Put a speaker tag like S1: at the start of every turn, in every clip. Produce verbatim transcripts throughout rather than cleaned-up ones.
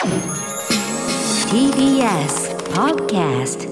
S1: ティービーエス Podcast。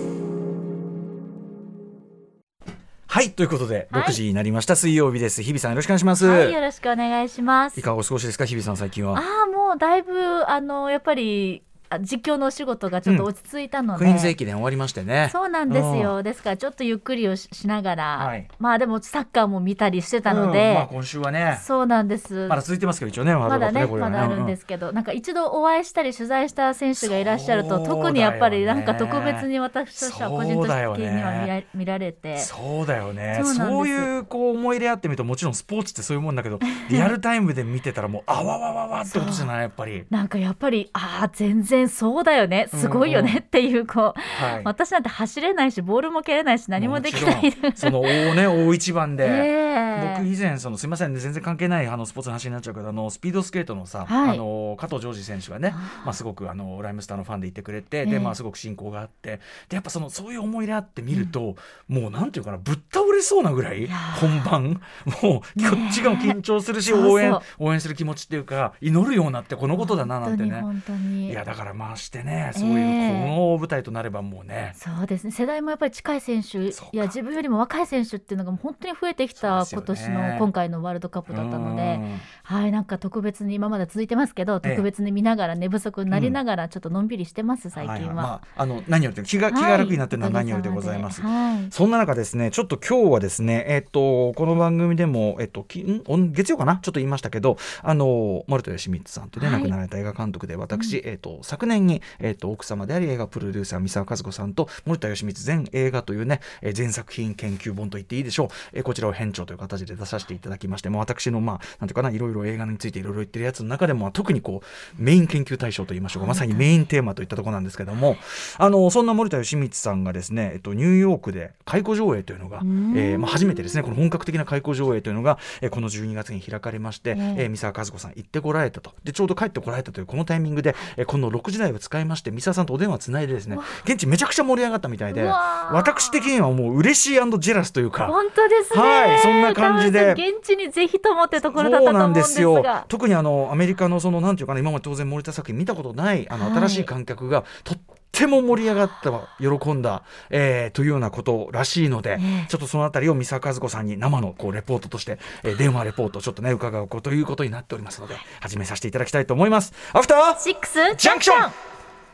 S2: はい、ということで、はい、ろくじになりました。水曜日です。日比さんよろしくお願いします。
S3: はい、よろしくお願いします。
S2: いかがお過ごしですか、日比さん最近は。
S3: ああ、もうだいぶあのやっぱり実況のお仕事がちょっと落ち着いたので、
S2: うん、クイーンズ駅伝終わりましてね。
S3: そうなんですよ、うん、ですからちょっとゆっくりを し, しながら、はい、まあでもサッカーも見たりしてたので、
S2: うん、まあ、今週はね
S3: そうなんです。
S2: まだ続いてますけど一応ね、
S3: まだね、
S2: これ
S3: まだあるんですけど、うん、なんか一度お会いしたり取材した選手がいらっしゃると、特にやっぱりなんか特別に私としては個人的には見 ら, 見られて、
S2: そうだよね。そう, そういうこう思い入れあってみると、もちろんスポーツってそういうもんだけどリアルタイムで見てたらもうあわわわわってことじゃない。やっぱり
S3: なんかやっぱりああ全然そうだよね、すごいよね、うんうんっていうこう、はい、私なんて走れないしボールも蹴れないし何もできない
S2: その大、ね、大一番で、
S3: えー、
S2: 僕以前そのすいませんね全然関係ないあのスポーツの話になっちゃうけど、あのスピードスケートのさ、はい、あの加藤条治選手がね、まあ、すごくあのライムスターのファンでいてくれて、えーでまあ、すごく親交があって、でやっぱそのそういう思い入れあって見ると、うん、もうなんていうかな、ぶっ倒れそうなぐらい本番もうこっちが緊張するし、応援応援する気持ちっていうか祈るようになってこのことだななんてね。
S3: 本当に
S2: いやだからまあしてね、そういう、えー、この舞台となればもうね、
S3: そうですね、世代もやっぱり近い選手、いや自分よりも若い選手っていうのが本当に増えてきた今年の今回のワールドカップだったので、はい、なんか特別に今まで続いてますけど、特別に見ながら寝不足になりながらちょっとのんびりしてます、うん、最近は、はいはい、まあ、
S2: あの何より気が、気が楽になってるのは何よりでございます、はい、そんな中ですね、ちょっと今日はですね、えっとこの番組でも、えっと、きん月曜かなちょっと言いましたけど、あの森田義満さんとね、はい、亡くなられた映画監督で、私、うん、えっと、昨年に、えっと、奥様であり映画プロデューサー三沢和子さんと森田義満全映画というね、えー、全作品研究本と言っていいでしょう、えー、こちらを編著という形で出させていただきまして、もう私のまあなんていうかな、いろいろ映画についていろいろ言ってるやつの中でも特にこうメイン研究対象といいましょうか、まさにメインテーマといったところなんですけども、あのそんな森田義満さんがですね、えっと、ニューヨークで回顧上映というのが、えーまあ、初めてですね、この本格的な回顧上映というのが、えー、このじゅうにがつに開かれまして、えー、三沢和子さん行ってこられたと、でちょうど帰ってこられたというこのタイミングで、えー、このろくじ台を使いまして三沢さんとお電話つないでですね、現地めちゃくちゃ盛り上がったみたいで、私的にはもう嬉しい&ジェラスというか、
S3: 本当ですね、
S2: はい、そんな感じで
S3: 現地にぜひともってところだったと思うんですが、
S2: そうなんですよ。特にあのアメリカのそのなんていうかな、今まで当然森田作品見たことないあの新しい観客がとっても盛り上がった、喜んだ、えー、というようなことらしいので、えー、ちょっとそのあたりを三沢和子さんに生のこうレポートとして、えー、電話レポートをちょっとね伺うこということになっておりますので、始めさせていただきたいと思います。アフター
S3: シックス
S2: ジャンクション。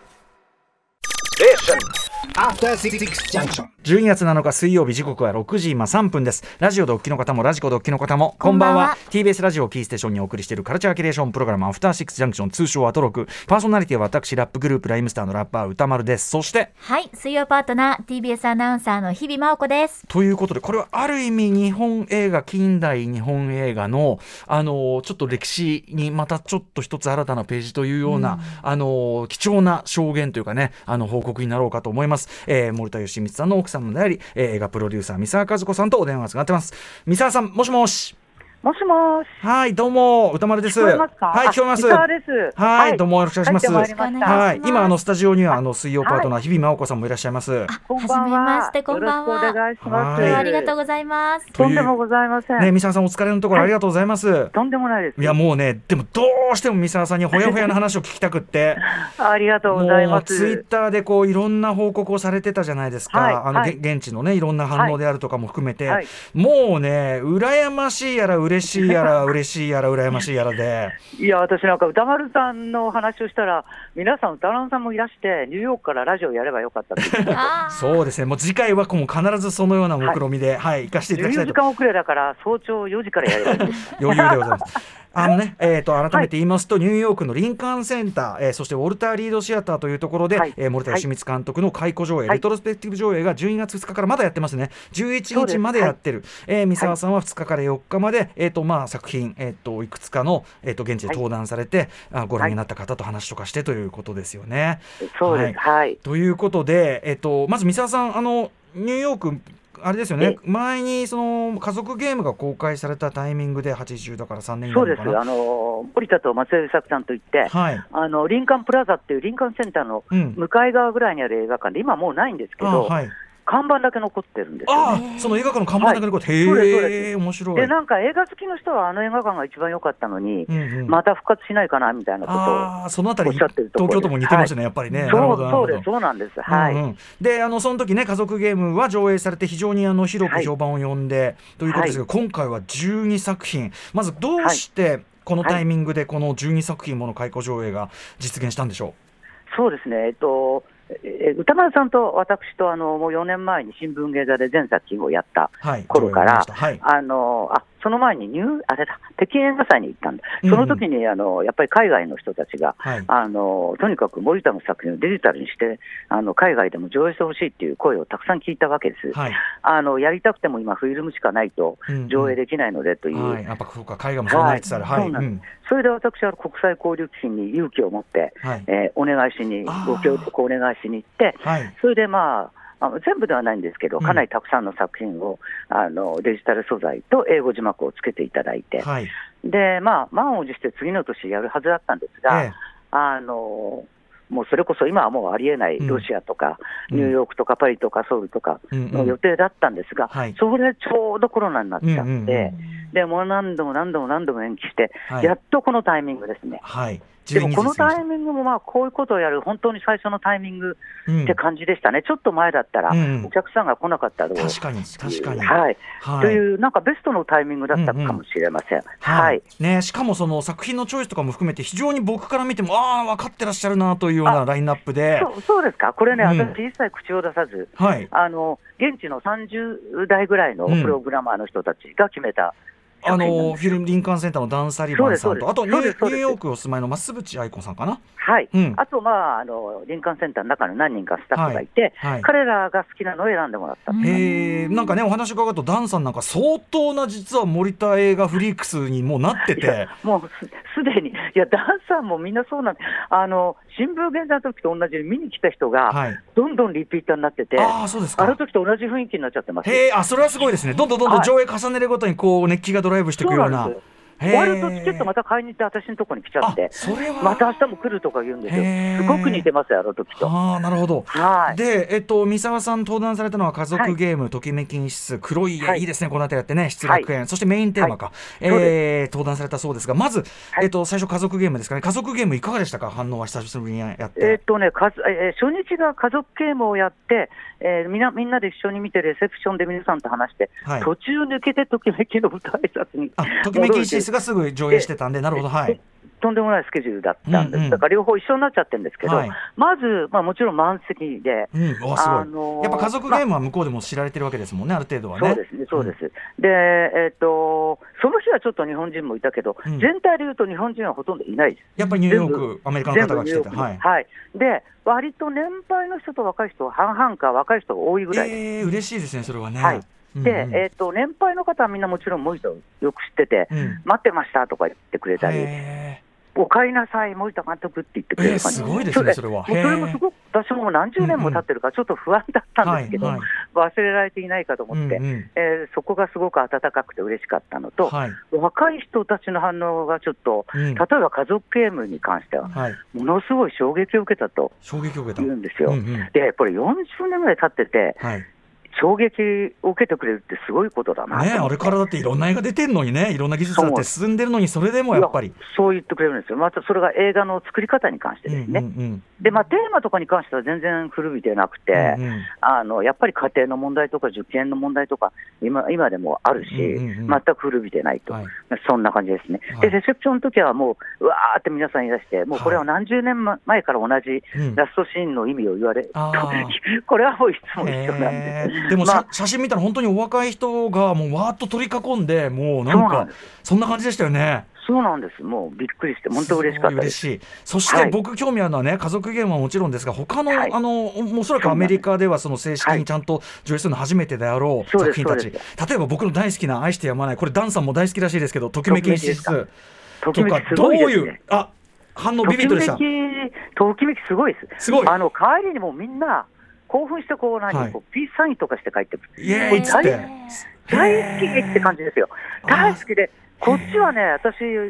S2: じゅうにがつなのか水曜日、時刻はろくじ今さんぷんです。ラジオでお聞きの方もラジコでお聞きの方もこんばんは。 ティービーエス ラジオキーステーションにお送りしているカルチャーキュレーションプログラム、アフターシックスジャンクション、通称アトロク。パーソナリティは私ラップグループライムスターのラッパー歌丸です。そして
S3: はい、水曜パートナー ティービーエス アナウンサーの日々真央子です。
S2: ということで、これはある意味日本映画、近代日本映画のあのちょっと歴史にまたちょっと一つ新たなページというような、うん、あの貴重な証言というかね、あの報告になろうかと思います。えー、森田義満さんの奥様であり、えー、映画プロデューサー三沢和子さんとお電話がつながってます。三沢さん、もしもし。
S4: もしもし。
S2: はい、どうも歌丸です。
S4: 聞こえますか？
S2: はい、聞こえます。
S4: 三沢です。
S2: はい、はい、どうもよろしくお願いします。
S4: は
S2: い、今あのスタジオにはあの水曜パートナー日々真央子さんもいらっしゃいます。
S4: こんばんは。
S3: はじめまして、こんばんは。
S4: よろしくお願いします。
S3: ありがとうございます。
S4: とんでもございません。
S2: ね、三沢さんお疲れのところありがとうございます。はい、
S4: とんでもないです。
S2: いやもうね、でもどうしても三沢さんにほやほやの話を聞きたくって。
S4: ありがとうございます。
S2: ツイッターでこういろんな報告をされてたじゃないですか。はい、あの、はい、現地のねいろんな反応であるとかも含めて、はい、もうね羨ましいやら嬉しいやら嬉しいやら羨ましいやらで、
S4: いや私なんか歌丸さんの話をしたら、皆さん歌丸さんもいらしてニューヨークからラジオやればよかったって
S2: そうですね、もう次回はもう必ずそのような目論見で、はいはい、行かせていただきたいと。
S4: じゅうよじかん遅れだから早朝よじからやればいいです
S2: 余裕でございますあのね、えー、と改めて言いますと、はい、ニューヨークのリンカーンセンター、えー、そしてウォルター・リードシアターというところで、はい、えー、森田義満監督の回顧上映、はい、レトロスペクティブ上映がじゅうにがつふつかからまだやってますね。じゅういちにちまでやってる、はい、えー、三沢さんはふつかからよっかまで、えーとまあ、作品、えー、といくつかの、えー、と現地で登壇されて、はい、あご覧になった方と話とかしてということですよね。
S4: そうです、はい、
S2: ということで、えー、とまず三沢さん、あのニューヨークあれですよね、前にその家族ゲームが公開されたタイミングではちじゅうだからさんねんになるのかな。
S4: そうです、あの森田と松江作さんといって、はい、あのリンカーンプラザっていうリンカーンセンターの向かい側ぐらいにある映画館で、今もうないんですけど、はい、 看板だけ残ってるんですよ、ね、
S2: ああ、その映画館の看板だけ残って、はい、へえ、面白い。
S4: でなんか映画好きの人はあの映画館が一番良かったのに、うんうん、また復活しないかなみたいなことを
S2: あそのあたりおっしゃってるところです。東京とも似てますね、はい、やっぱりね。
S4: そうそうです、そうなんです、はい、
S2: うんうん、であのその時ね家族ゲームは上映されて非常にあの広く評判を呼んで、はい、ということですが、はい、今回はじゅうにさく品、まずどうしてこのタイミングでこのじゅうにさく品もの開講上映が実現したんでしょう。
S4: そうですね、えっとえ歌丸さんと私とあのもうよねんまえに新聞芸座で全作品をやった頃から、はい、あのあその前にニューあれだ北京映画祭に行ったんだ、その時にあのやっぱり海外の人たちが、はい、あのとにかく森田の作品をデジタルにしてあの海外でも上映してほしいっていう声をたくさん聞いたわけです、はい、あのやりたくても今フィルムしかないと上映できないのでという、うんうんはい、
S2: やっぱそうか海外もそうなりつつある、はいはい、そうなんです、うん、
S4: それで私は国際交流基金に勇気を持って、はいえー、お願いしにご協力をお願いしに行って、はい、それでまああの全部ではないんですけどかなりたくさんの作品を、うん、あのデジタル素材と英語字幕をつけていただいて、はい、でまあ満を持して次の年やるはずだったんですが、ええ、あのもうそれこそ今はもうありえないロシアとか、うん、ニューヨークとかパリとかソウルとかの予定だったんですが、うんうん、それちょうどコロナになっちゃって、うんうんうん、でもう何度も何度も何度も延期して、はい、やっとこのタイミングですね、はい、でもこのタイミングもまあこういうことをやる本当に最初のタイミングって感じでしたね、うん、ちょっと前だったらお客さんが来なかったろう、うん、
S2: 確かに確かに、
S4: はいはい、というなんかベストのタイミングだったかもしれません、うんうんはいはい
S2: ね、しかもその作品のチョイスとかも含めて非常に僕から見てもああ分かってらっしゃるなというようなラインナップで。
S4: そう、そうですか。これね、うん、私一切口を出さず、はい、あの現地のさんじゅうだいぐらいのプログラマーの人たちが決めた、
S2: うん、あのフィルムリンカーンセンターのダン・サリバンさんとあとニューヨークお住まいの増渕愛子さんかな、
S4: はい、うん、あと、まあ、あのリンカーンセンターの中の何人かスタッフがいて、はいはい、彼らが好きなのを選んでもらったって
S2: へー、なんかねお話伺うとダンさんなんか相当な実は森田映画フリークスにもうなってて
S4: もう す, すでにいやダンさんもみんなそうなんであの新聞現在の時と同じように見に来た人がどんどんリピーターになってて、はい、
S2: あ, そうですか
S4: あの時と同じ雰囲気になっちゃってます。
S2: へー、あそれはすごいですね。どんどんどんどん上映重ねるごとにこう熱気がドライブしていくような。
S4: 終わるとチケットまた買いに行って私のところに来ちゃって、それはまた明日も来るとか言うんですよ。すごく似てますよあの時と。
S2: あ、なるほど、はい、で、えっと、三沢さん登壇されたのは家族ゲーム、はい、ときめきに室黒い家、はい、いいですねこの辺りやってね失楽園、はい、そしてメインテーマか、はいえー、登壇されたそうですがまず、はいえっと、最初家族ゲームですかね。家族ゲームいかがでしたか。反応は久しぶりにやって、
S4: えーっとね、かえー、初日が家族ゲームをやって、えー、みんなみんなで一緒に見てレセプションで皆さんと話して、はい、途中抜けてときめきの舞台挨拶に
S2: あときめきに室がすぐ上映してたんでなるほど、はい、
S4: とんでもないスケジュールだったんです、うんうん、だから両方一緒になっちゃってるんですけど、はい、まず、まあ、もちろん満席で、
S2: うん、わすごい、あのー、やっぱ家族ゲームは向こうでも知られてるわけですもんね、まあ、ある程度はね。
S4: そうですね、そうです、うん、で、えー、とその日はちょっと日本人もいたけど、うん、全体でいうと日本人はほとんどいないです。
S2: やっぱりニューヨークアメリカの方が来てた、はい
S4: はい、で割と年配の人と若い人は半々か若い人が多いぐらいです。
S2: えー、嬉しいですねそれはね、
S4: はいでうんうんえー、と年配の方はみんなもちろん森田をよく知ってて、うん、待ってましたとか言ってくれたり、お帰りなさい森田監督って言ってくれる感じ、
S2: えー、すごいですねそれは。
S4: それもすごく私も何十年も経ってるからちょっと不安だったんですけど、うんうんはいはい、忘れられていないかと思って、うんうんえー、そこがすごく温かくて嬉しかったのと、はい、若い人たちの反応がちょっと、うん、例えば家族ゲームに関しては、はい、ものすごい衝撃を受けたと言うんですよ、うんうん、でこれよんじゅうねんぐらい経ってて、はい衝撃を受けてくれるってすごいことだな、
S2: ね、あれからだっていろんな映画出てるのにね、いろんな技術だって進んでるのに、それでもやっぱり
S4: そう言ってくれるんですよ。またそれが映画の作り方に関してですね、うんうんうん、で、まあ、テーマとかに関しては全然古びてなくて、うんうん、あのやっぱり家庭の問題とか受験の問題とか 今, 今でもあるし、うんうんうん、全く古びてないと、はい、そんな感じですね、はい、でレセプションの時はもううわーって皆さん言い出して、もうこれは何十年前から同じラストシーンの意味を言われ、うん、これはもういつも一緒なんです。
S2: でも、まあ、写真見たら本当にお若い人がもうわーっと取り囲んで、もうなんかそんな感じでしたよね。
S4: そうなんです。もうびっくりして本当嬉しかったです。
S2: 嬉しい。そして僕興味あるのはね、はい、家族ゲームはもちろんですが他の、はい、あのおそらくアメリカではその正式にちゃんと上映するの初めてであろう作品たち、例えば僕の大好きな愛してやまない、これダンさんも大好きらしいですけど、ときめきに室とかどういうあ反応ビビッドでした。
S4: ときめきすごいです。
S2: すごい。
S4: あの帰りにもみんな興奮してこう何、はい、こうピースサインとかして帰ってくる。
S2: イエーイっつって
S4: 大好きって感じですよ。大好きで、こっちはね、私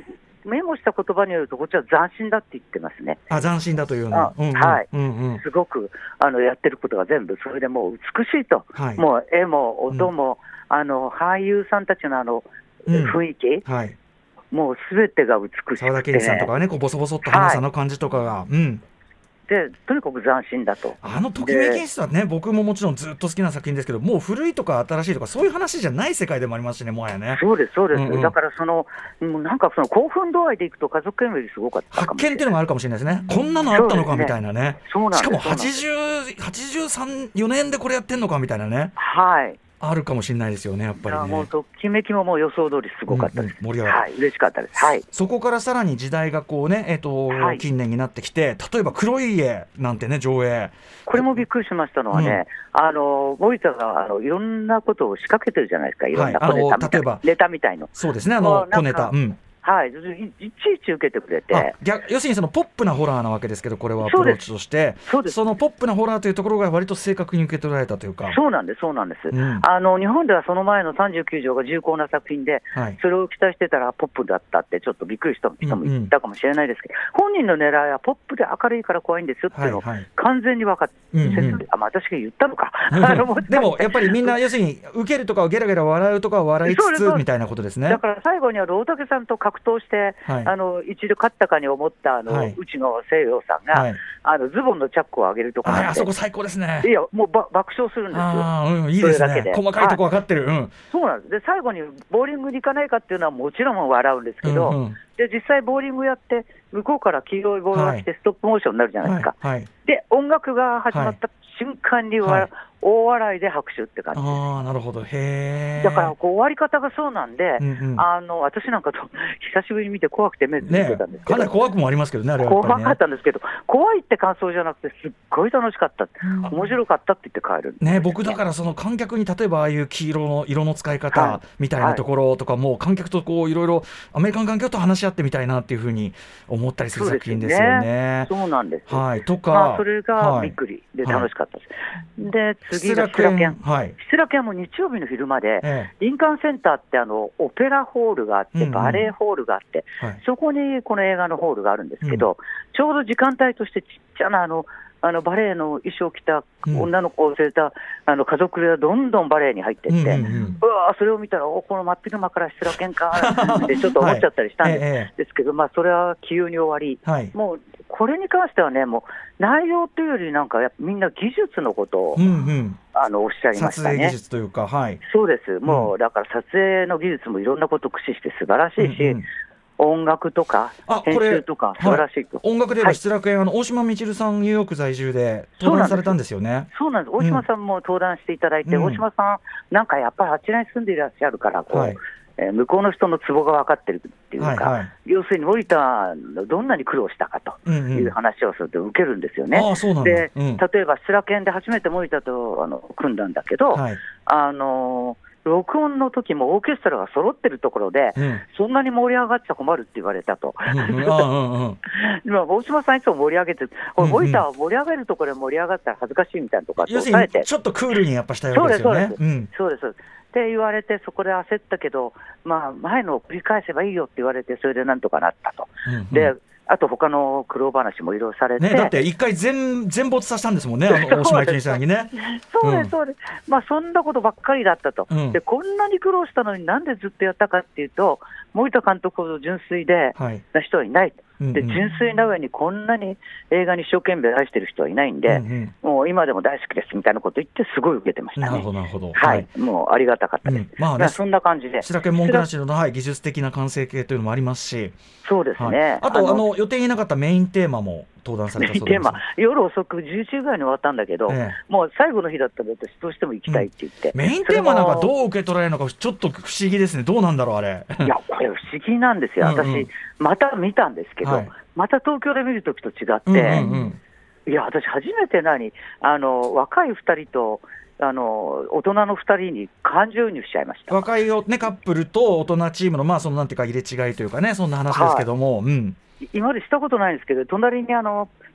S4: メモした言葉によるとこっちは斬新だって言ってますね。
S2: あ、斬新だというのは、うんうん、
S4: はい、
S2: うんうん、
S4: すごくあのやってることが全部それでもう美しいと、はい、もう絵も音も、うん、あの俳優さんたちのあの雰囲気、うん、はい、もうすべてが美しくて、
S2: 沢田研二さんとかはね、こうボソボソっと話さの感じとかが、はい、うん、
S4: でとにかく斬新だと。
S2: あのときめき室はね、僕ももちろんずっと好きな作品ですけど、もう古いとか新しいとかそういう話じゃない世界でもありますしね、もはやね。
S4: そうですそうです、うんうん、だからそのもうなんかその興奮度合いでいくと家族研よりすごかったかもしれない。
S2: 発見っていうのがあるかもしれないですね。こんなのあったのかみたいなね。
S4: そうなんです。
S2: しかもはちじゅう、はちじゅうさん、よねんでこれやってんのかみたいなね。
S4: はい。
S2: あるかもしれないですよね、やっぱりね。
S4: もうときめきももう予想通りすごかったです、
S2: うんうん、盛り上がる、
S4: はい、嬉しかったです、はい、
S2: そこからさらに時代がこうね、えーとはい、近年になってきて、例えば黒い家なんてね、上映、
S4: これもびっくりしましたのはね、うん、あの森田があのいろんなことを仕掛けてるじゃないですか、いろんな小ネタみたいな、はい、ネタみたいの。
S2: そうですね、あの小ネタ、うん、
S4: はい、いちいち受けてくれて、
S2: 要するにそのポップなホラーなわけですけど、これはアプローチとして、そ, そのポップなホラーというところが割と正確に受け取られたというか。
S4: そうなんです、そうなんです、うん、あの日本ではその前のさんじゅうきゅうじょうが重厚な作品で、はい、それを期待してたらポップだったって、ちょっとびっくりした人もいたかもしれないですけど、うんうん、本人の狙いはポップで明るいから怖いんですよっていうのを完全に分かって、はいはい、うんうん、あ、まあ、私が言ったのか
S2: でもやっぱりみんな要するに受けるとかをゲラゲラ笑うとかを笑いつつみたいなことですね。
S4: だから最後には大竹さんと格闘して、はい、あの一度勝ったかに思ったあの、はい、うちの西洋さんが、はい、あのズボンのチャックを上げるところで、
S2: あそこ最高ですね。
S4: いやもうば爆笑するんですよ。
S2: あ、うん、いいですね。細かいとこ分かってる、はい、うん、
S4: そうなんです。で最後にボーリングに行かないかっていうのはもちろん笑うんですけど、うんうん、で実際ボーリングやって向こうから黄色いボールが来てストップモーションになるじゃないですか、はいはい、で音楽が始まった瞬間に、はい、大笑いで拍手って感じです。
S2: あ、なるほど、へー。
S4: だからこう終わり方がそうなんで、うんうん、あの私なんかと久しぶりに見て怖くて目つぶってたんですけど、
S2: ね、かなり怖くもありますけどね、あれは
S4: やっぱりね、怖かったんですけど、怖いって感想じゃなくてすっごい楽しかった、うん、面白かったって言って帰るんです
S2: ね。僕だからその観客に例えばああいう黄色の色の使い方みたいなところとかも、はい、観客とこういろいろアメリカン観客と話し合ってみたいなっていうふうに思ったりする作品ですよね。
S4: そうなんです、
S2: はい、とか、
S4: まあ、それがびっくりで楽しかったです、はい、で次が失楽園、はい、失楽園も日曜日の昼間で、ええ、リンカーンセンターってあのオペラホールがあって、うんうん、バレエホールがあって、はい、そこにこの映画のホールがあるんですけど、うん、ちょうど時間帯としてちっちゃなあのあのバレエの衣装を着た女の子を連れた、うん、あの家族がどんどんバレエに入っていって、うんうんうん、うわそれを見たらおこの真っ昼間から失楽園かってちょっと思っちゃったりしたんです、はいええ、ですけど、まあ、それは急に終わり、はい、もうこれに関してはね、もう内容というよりなんかやっぱみんな技術のことを、うんうん、あのおっしゃいましたね。
S2: 撮影技術というか、はい、
S4: そうです。もう、うん、だから撮影の技術もいろんなことを駆使して素晴らしいし、うんうん、音楽とか編集とか素晴らしいと、
S2: はい、音楽で言えば失楽園、はい、あの大島みちるさんニューヨーク在住で登壇されたんですよね。
S4: そうなんです。大島さんも登壇していただいて、うん、大島さんなんかやっぱりあちらに住んでいらっしゃるからこう、はい、えー、向こうの人のツボが分かってるっていうか、はいはい、要するに森田のどんなに苦労したかという話をすると受けるんですよね。
S2: うんうん、あ、そうなんだ。
S4: で、
S2: うん、
S4: 例えば失楽園で初めて森田とあの組んだんだけど、はい、あのー録音の時もオーケストラが揃ってるところで、うん、そんなに盛り上がっちゃ困るって言われたと、今大島さんいつも盛り上げてる、森田は盛り上げるところで盛り上がったら恥ずかしいみたいなとかって抑えて、
S2: ちょっとクールにやっぱしたいわけですよね。
S4: そうです、そうです、うん、って言われて、そこで焦ったけど、まあ、前のを繰り返せばいいよって言われて、それでなんとかなったと、うんうん、であと他の苦労話もいろいろされて、
S2: ね、だって一回 全, 全没させたんですもんね、あの大島一さんにね。
S4: そうです、そうです、うん、まあ、そんなことばっかりだったと、うん、でこんなに苦労したのになんでずっとやったかっていうと、森田監督ほど純粋でな人はいない、はい、で純粋な上にこんなに映画に一生懸命愛してる人はいないんで、うんうん、もう今でも大好きですみたいなこと言ってすごい受けてましたね。
S2: なるほどなるほど、
S4: はい、もうありがたかったです、うん、まあね、そんな感じで
S2: 失楽園文句なしの、はい、技術的な完成形というのもありますし、
S4: そうですね、はい、
S2: あとあのあの予定になかったメインテーマも登壇されたそうです。
S4: メインテーマ、夜遅くじゅういちじぐらいに終わったんだけど、ええ、もう最後の日だったら私どうしても行きたいって言って、
S2: うん、メインテーマなんかどう受け取られるのかちょっと不思議ですね。どうなんだろうあれ。
S4: いやこれ不思議なんですよ。私、うんうん、また見たんですけど、はい、また東京で見るときと違って、うんうんうん、いや私初めて何あの若いふたりとあの大人のふたりに感情移入しちゃいました。
S2: 若い、ね、カップルと大人チームの、まあ、そのなんていうか入れ違いというかね、そんな話ですけども、はい、うん、
S4: 今までしたことないんですけど、隣にあの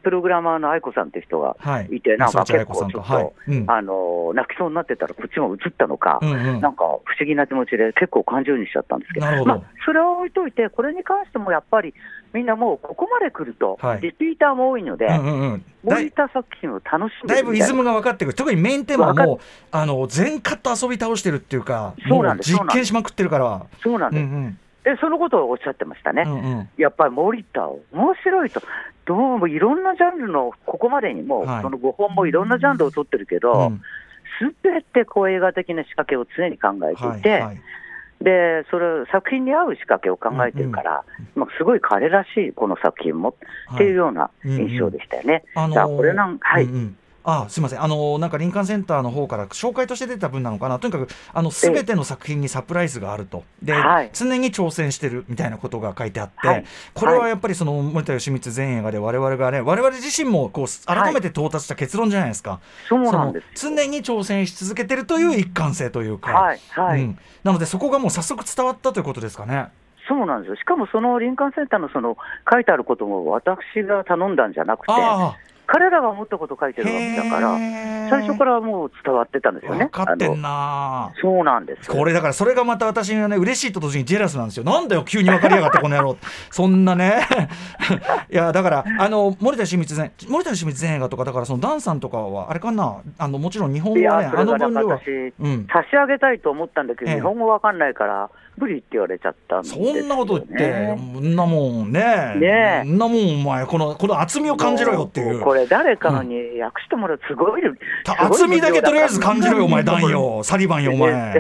S4: プログラマーの愛子さんって人がいて、はい、なんか結構ちょっと、はいうん、あの泣きそうになってたらこっちも映ったのか、うんうん、なんか不思議な気持ちで結構感情にしちゃったんですけど、まあ、それは置いといて、これに関してもやっぱりみんなもうここまで来ると、はい、リピーターも多いので、うんうんうん、森田作品を楽しんでるみたいな、
S2: だいぶイズムが分かってくる。特にメインテーマはもうあの全カット遊び倒してるっていうか、
S4: そうなんです、
S2: もう実験しまくってるから。
S4: そうなんです、うんうん、でそのことをおっしゃってましたね、うんうん、やっぱり森田面白いと、どうもいろんなジャンルの、ここまでにも、はい、そのごほんもいろんなジャンルを撮ってるけど、すべ、うん、てこう映画的な仕掛けを常に考えていて、はいはい、でそれ作品に合う仕掛けを考えてるから、うんうんまあ、すごい彼らしいこの作品も、はい、っていうような印象でしたよね。
S2: うんうん、
S4: じゃあこれなん、はい、うんうん
S2: あすみません、あのなんか林間センターの方から紹介として出た分なのかな、とにかくあの全ての作品にサプライズがあると、で、はい、常に挑戦してるみたいなことが書いてあって、はい、これはやっぱりその森田義満全映画で我々がね、我々自身もこう改めて到達した結論じゃないですか、はい、
S4: そうなんです。
S2: その常に挑戦し続けてるという一貫性というか、
S4: はいはいうん、
S2: なのでそこがもう早速伝わったということですかね。
S4: そうなんですよ。しかもその林間センターのその書いてあることも私が頼んだんじゃなくて、彼らが思ったことを書いてるわけだから、最初からもう伝わってたんですよね。
S2: 分かってんな。
S4: そうなんですよ。
S2: これだからそれがまた私がね嬉しいと同時にジェラスなんですよ。なんだよ急に分かりやがってこの野郎そんなねいやだからあの森田義満全森田義満全映画とかだから、そのダンさんとかはあれかな、あのもちろん日本語はね、あの分量は
S4: 私、うん、差し上げたいと思ったんだけど、ええ、日本語わかんないから無理って言われちゃったんですよね。
S2: そんなこと言ってそんなもんねねそんなもんお前このこの厚みを感じろよっていう、
S4: これ誰かのに訳してもらうすごい、うん、
S2: 厚みだけとりあえず感じろよお前ダンよサリバンよお前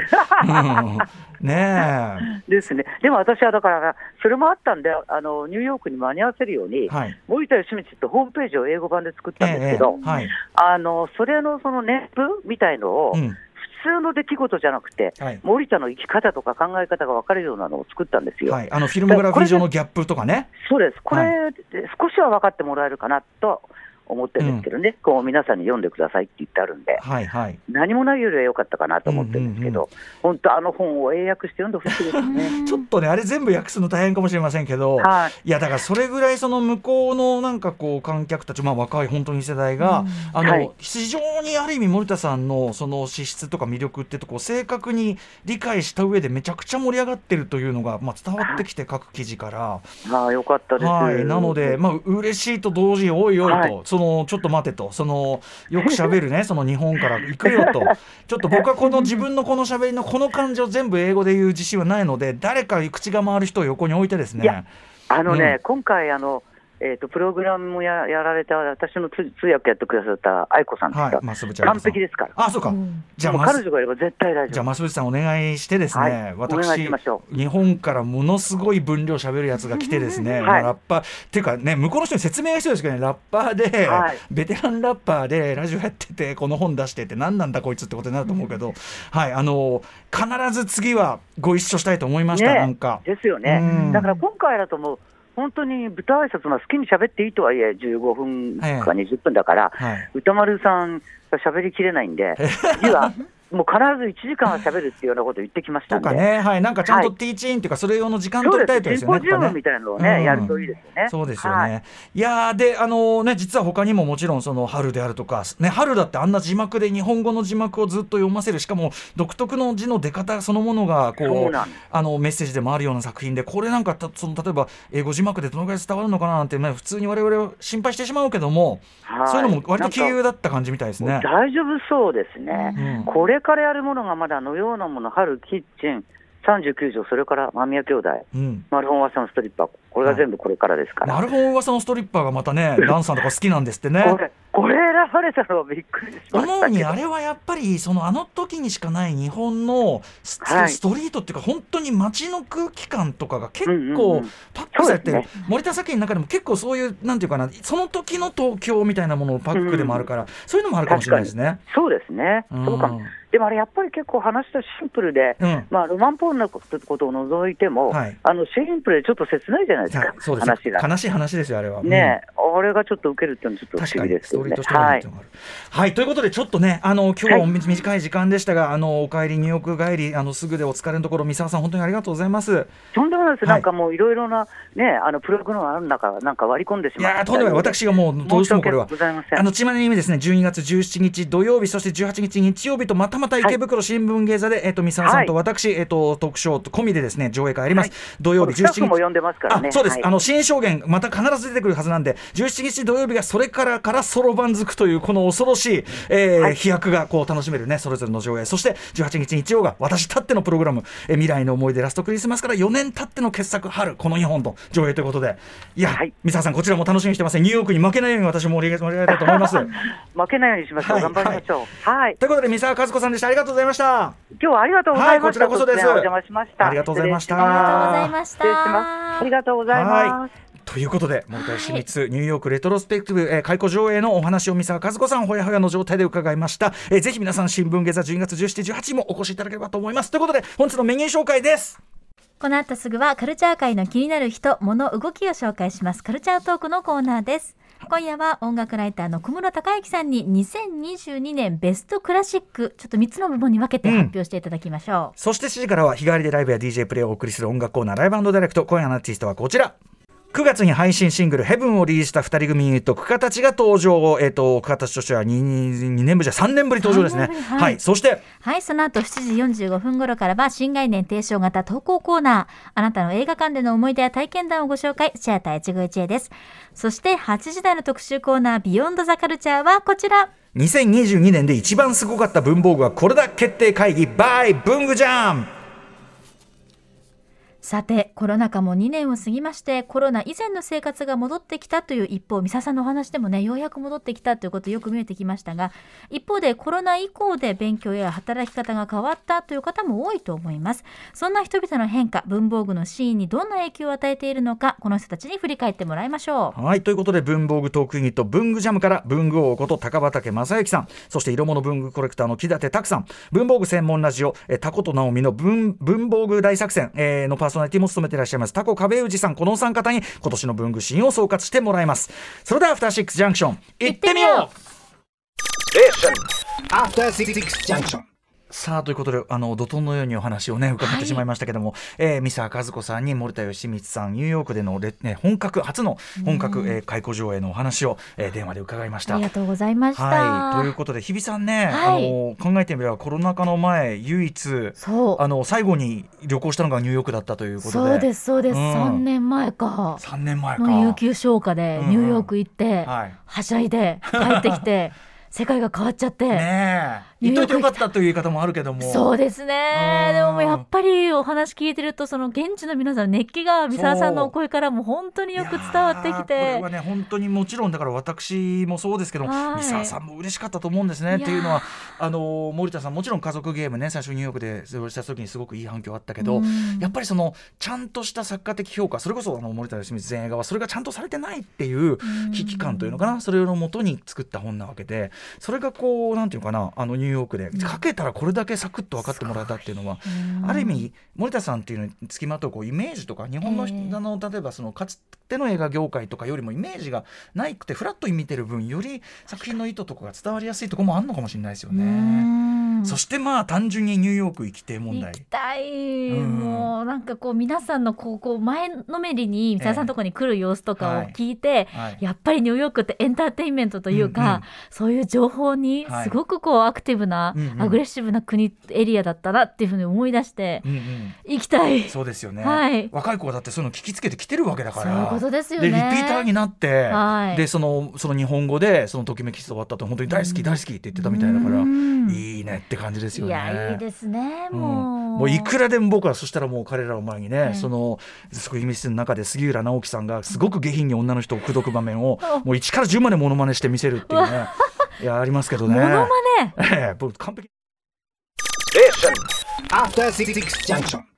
S2: ねえ
S4: ですね。でも私はだからそれもあったんで、あのニューヨークに間に合わせるように、はい、森田義満ってホームページを英語版で作ったんですけど、ええはい、あのそれのそのネップみたいのを、うん普通の出来事じゃなくて、はい、森田の生き方とか考え方が分かるようなのを作ったんですよ、
S2: はい、あのフィルムグラフィー上のギャップとかね。
S4: そうです。これ、はい、少しは分かってもらえるかなと思ってるんですけどね、うん、こう皆さんに読んでくださいって言ってあるんで、はいはい、何もないよりは良かったかなと思ってるんですけど、うんうんうん、本当あの本を英訳して読んでほしいですね
S2: ちょっとねあれ全部訳すの大変かもしれませんけど、はい、いやだからそれぐらいその向こうのなんかこう観客たち、まあ、若い本当に世代が、うんあのはい、非常にある意味森田さんのその資質とか魅力ってとこを正確に理解した上でめちゃくちゃ盛り上がってるというのが、まあ、伝わってきて各記事から、
S4: まあ、よかったです、
S2: はい、なので、まあ嬉しいと同時においおいと、はい、そのちょっと待てとそのよく喋るねその日本から行くよとちょっと僕はこの自分のこの喋りのこの感じを全部英語で言う自信はないので、誰か口が回る人を横に置いてですね、いや
S4: あのね、うん、今回あのえー、とプログラムも や, やられた私の 通, 通訳やってくださった愛子さんですか、はい、完璧ですから。
S2: あそうか、うん、じゃあ
S4: 彼女がいれば絶対大丈夫。
S2: じゃあ増渕さんお願いしてですね、はい、私
S4: お願いしましょう。
S2: 日本からものすごい分量喋るやつが来てですね、はいまあ、ラッパーっていうかね向こうの人に説明が必要ですけどね、ラッパーで、はい、ベテランラッパーでラジオやっててこの本出してて何なんだこいつってことになると思うけど、うん、はいあの必ず次はご一緒したいと思いました、ね、なんか
S4: ですよね、うん、だから今回だともう本当に舞台挨拶の好きに喋っていいとはいえじゅうごふんかにじゅっぷんだから、はいはい、歌丸さんが喋りきれないんで次はもう必ずいちじかんは喋るっていうようなことを言ってきましたんで
S2: とかね、はい、なんかちゃんとティーチインっていうか、はい、それ用の時間取りたいとですよね。
S4: シンポジウムみたいなのをね、うん、やるといいですよね。
S2: そうですよね、はい、いやであのね実は他にももちろんその春であるとか、ね、春だってあんな字幕で日本語の字幕をずっと読ませる、しかも独特の字の出方そのものがこうあのメッセージでもあるような作品で、これなんかたその例えば英語字幕でどのぐらい伝わるのかななんて、ね、普通に我々は心配してしまうけども、はい、そういうのも割と杞憂だった感じみたいですね。
S4: 大丈夫そうですね、うん、これからやるものがまだのようなもの、春キッチンさんじゅうきゅうじょう、それから間宮兄弟、うん、マルホン噂のストリッパー、これが全部これからですから、
S2: はい、マルホン噂のストリッパーがまたねダンさんとか好きなんですってね
S4: これ、これ選ばれたのはびっくりしましたけど、
S2: 思うにあれはやっぱりそのあの時にしかない日本の ス,、はい、ストリートっていうか本当に街の空気感とかが結構パックされて、うんうんうんね、森田作品の中でも結構そういうなんていうかな、その時の東京みたいなものをパックでもあるから、うん、そういうのもあるかもしれないですね。
S4: そうですね、うん、そうかも。 でもあれやっぱり結構話とシンプルで、うん、まあ、ロマンポールのことを除いても、はい、あのシンプルでちょっと切ないじゃないですか、
S2: そうです話が悲しい話ですよあれは
S4: ね、うん、あれがちょっと受けるっていうのはちょっと不思議ですよね。
S2: はい、はい、ということでちょっとね、あの今日は短い時間でしたが、はい、あのお帰りニューヨーク帰り、あのすぐでお疲れのところ三沢さん本当にありがとうございます。
S4: とんでもないです、はい、なんかもういろいろなね、あのプログラムある中なんか割り込んでしまった。
S2: いやとんでもない、私がもうどうしてもこれはあのちなみにですね、じゅうにがつじゅうしちにち土曜日、そしてじゅうはちにち日曜日とまたまた池袋新聞芸座で、はい、えっと三沢さんと私、はい、えっとトークショーと込みでですね上映会あります、はい、土曜日じゅうしちにち、
S4: スタッフも呼んでますからね。
S2: あそうです、
S4: はい、
S2: あの新証言また必ず出てくるはずなんで、じゅうしちにち土曜日がそれからからそろばんづくというこの恐ろしい、えーはい、飛躍がこう楽しめるねそれぞれの上映、そしてじゅうはちにち日曜が私たってのプログラム、えー、未来の思い出ラストクリスマスからよねん経っての傑作春、このにほんと上映ということで、いや、はい、三沢さんこちらも楽しみにしてます。ニューヨークに負けないように私も盛り上げたいと思います負
S4: けないようにしましょう、はい、頑張りましょう、はいはい、
S2: ということで三沢和子さんでした。ありがとうございました。
S4: 今日はありがとうございました、
S2: はい、こちらこそです。
S4: お邪魔しました。
S2: ありがとうございました。
S3: ありがとうございました。
S4: ありがとうございます。
S2: ということで森田芳光、はい、ニューヨークレトロスペクティブ、えー、開講上映のお話を三沢和子さんほやほやの状態で伺いました。えー、ぜひ皆さん新聞芸座じゅうにがつじゅうしち、じゅうはちもお越しいただければと思います。ということで本日のメニュー紹介です。
S3: この後すぐはカルチャー界の気になる人物動きを紹介します。カルチャートークのコーナーです。今夜は音楽ライターの小室孝之さんににせんにじゅうにねんベストクラシックちょっとみっつの部門に分けて発表していただきましょう、うん、
S2: そしてしちじからは日替わりでライブや ディージェー プレイをお送りする音楽コーナーライブ&ダイレクト。今夜のアーティストはこちら。くがつに配信シングルヘブンをリリースしたふたり組ユニットクカたちが登場。えっ、ー、とクカたちとしては 2, にねんぶりじゃさんねんぶり登場ですね。はい、はい、そして
S3: はいその後しちじよんじゅうごふん頃からは新概念提唱型投稿コーナー、あなたの映画館での思い出や体験談をご紹介、シアター一期一会です。そしてはちじ台の特集コーナービヨンドザカルチャーはこちら。
S2: にせんにじゅうにねんで一番すごかった文房具はこれだ決定会議 by 文具ジャム。
S3: さてコロナ禍もにねんを過ぎまして、コロナ以前の生活が戻ってきたという一方、三沢さんのお話でもねようやく戻ってきたということよく見えてきましたが、一方でコロナ以降で勉強や働き方が変わったという方も多いと思います。そんな人々の変化、文房具のシーンにどんな影響を与えているのか、この人たちに振り返ってもらいましょう。
S2: はい、ということで文房具トークユニット文具ジャムから文具王こと高畑正幸さん、そして色物文具コレクターの木立拓さん、文房具専門ラジオえタコと直美の 文, 文房具大作戦、えー、のパーソナリティも務めていらっしゃいますタコ壁氏さん、このお三方に今年の文具シーンを総括してもらいます。それではアフターシックスジャンクション行ってみよう。アフターシックスジャンクション。さあということであの怒涛のようにお話をね伺ってしまいましたけども、はい、えー、三沢和子さんに森田義満さんニューヨークでのレ、ね、本格初の本格、えー、開講上映のお話を、えー、電話で伺いました。
S3: ありがとうございました、
S2: はい、ということで日比さんね、はい、あの考えてみればコロナ禍の前唯一あの最後に旅行したのがニューヨークだったということで。
S3: そうですそうです、うん、さんねんまえか
S2: さんねんまえか
S3: の有給消化でニューヨーク行って、うんうん、はい、はしゃいで帰ってきて世界が変わっちゃって
S2: ねえ言っといてよかったという言い方もあるけども。
S3: そうですね。でもやっぱりお話聞いてるとその現地の皆さんの熱気が三沢さんのお声からも本当によく伝わってきて、こ
S2: れはね本当にもちろんだから私もそうですけど、はい、三沢さんも嬉しかったと思うんですね。っていうのはあの森田さんもちろん家族ゲームね最初ニューヨークでそれをした時にすごくいい反響あったけど、やっぱりそのちゃんとした作家的評価、それこそあの森田義満前映画はそれがちゃんとされてないっていう危機感というのかな、それをもとに作った本なわけで、それがこうなんていうかなあのニューヨークでかけたらこれだけサクッと分かってもらえたっていうのは、ある意味森田さんっていうのにつきまとうこうイメージとか日本の人、えー、の例えばそのかつての映画業界とかよりもイメージがないくてフラットに見てる分より作品の意図とかが伝わりやすいところもあるのかもしれないですよね。そしてまあ単純にニューヨーク行きてえ問題、
S3: 行きたい、うん、もうなんかこう皆さんのこうこう前のめりに三沢さんのところに来る様子とかを聞いて、えーはい、やっぱりニューヨークってエンターテインメントというか、うんうん、そういう情報にすごくこうアクティブな、はい、アグレッシブな国エリアだったなっていうふうに思い出して、うんうん、行きたい。
S2: そうですよね、
S3: はい、
S2: 若い子だってそういうの聞きつけてきてるわけだから、
S3: そういうことですよね。
S2: でリピーターになって、はい、でそのその日本語でそのときめき終わったと本当に大好き、うん、大好きって言ってたみたいだから、うん、いいねって感じですよね。
S3: いやいいですね。もう、
S2: うん、もういくらでも僕はそしたらもう彼らを前にね、うん、そのすごい秘密の中で杉浦直樹さんがすごく下品に女の人を口説く場面をもういちからじゅうまでモノマネして見せるっていうねいやありますけどね。
S3: モノマネ
S2: ええ、僕完璧。After シックス Junction